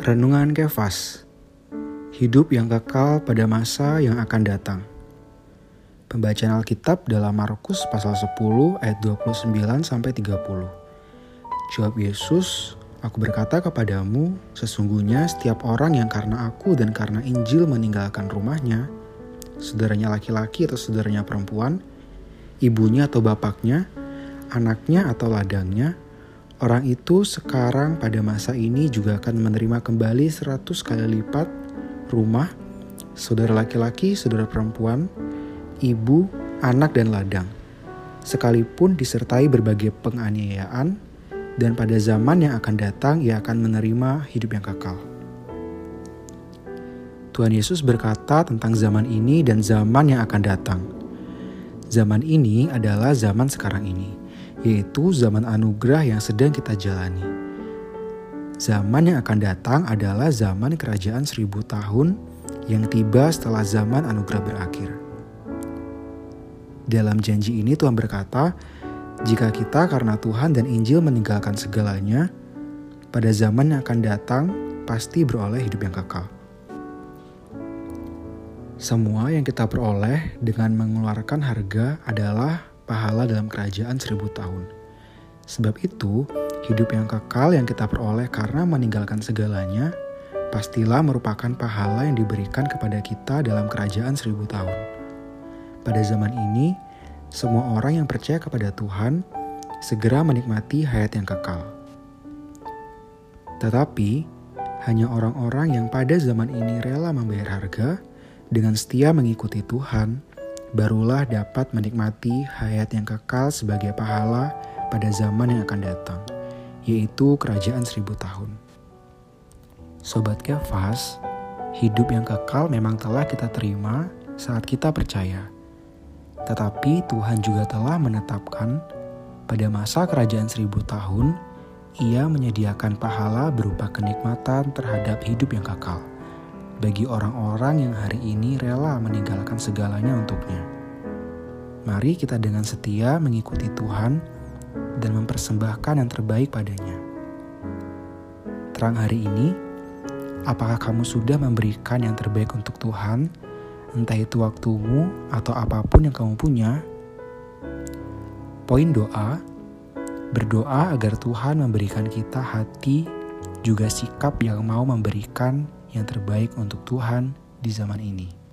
Renungan Kefas. Hidup yang kekal pada masa yang akan datang. Pembacaan Alkitab dalam Markus pasal 10 ayat 29 sampai 30. Jawab Yesus, "Aku berkata kepadamu, sesungguhnya setiap orang yang karena aku dan karena Injil meninggalkan rumahnya, saudaranya laki-laki atau saudaranya perempuan, ibunya atau bapaknya, anaknya atau ladangnya, orang itu sekarang pada masa ini juga akan menerima kembali 100 kali lipat rumah, saudara laki-laki, saudara perempuan, ibu, anak dan ladang, sekalipun disertai berbagai penganiayaan, dan pada zaman yang akan datang ia akan menerima hidup yang kekal." Tuhan Yesus berkata tentang zaman ini dan zaman yang akan datang. Zaman ini adalah zaman sekarang ini, yaitu zaman anugerah yang sedang kita jalani. Zaman yang akan datang adalah zaman kerajaan 1000 tahun yang tiba setelah zaman anugerah berakhir. Dalam janji ini Tuhan berkata, jika kita karena Tuhan dan Injil meninggalkan segalanya, pada zaman yang akan datang pasti beroleh hidup yang kekal. Semua yang kita peroleh dengan mengeluarkan harga adalah pahala dalam kerajaan 1000 tahun. Sebab itu, hidup yang kekal yang kita peroleh karena meninggalkan segalanya, pastilah merupakan pahala yang diberikan kepada kita dalam kerajaan 1000 tahun. Pada zaman ini, semua orang yang percaya kepada Tuhan segera menikmati hayat yang kekal. Tetapi, hanya orang-orang yang pada zaman ini rela membayar harga dengan setia mengikuti Tuhan, barulah dapat menikmati hayat yang kekal sebagai pahala pada zaman yang akan datang, yaitu kerajaan 1000 tahun. Sobat Kefas, hidup yang kekal memang telah kita terima saat kita percaya. Tetapi Tuhan juga telah menetapkan pada masa kerajaan 1000 tahun, Ia menyediakan pahala berupa kenikmatan terhadap hidup yang kekal bagi orang-orang yang hari ini rela meninggalkan segalanya untuknya. Mari kita dengan setia mengikuti Tuhan dan mempersembahkan yang terbaik padanya. Terang hari ini, apakah kamu sudah memberikan yang terbaik untuk Tuhan, entah itu waktumu atau apapun yang kamu punya? Poin doa, berdoa agar Tuhan memberikan kita hati juga sikap yang mau memberikan yang terbaik untuk Tuhan di zaman ini.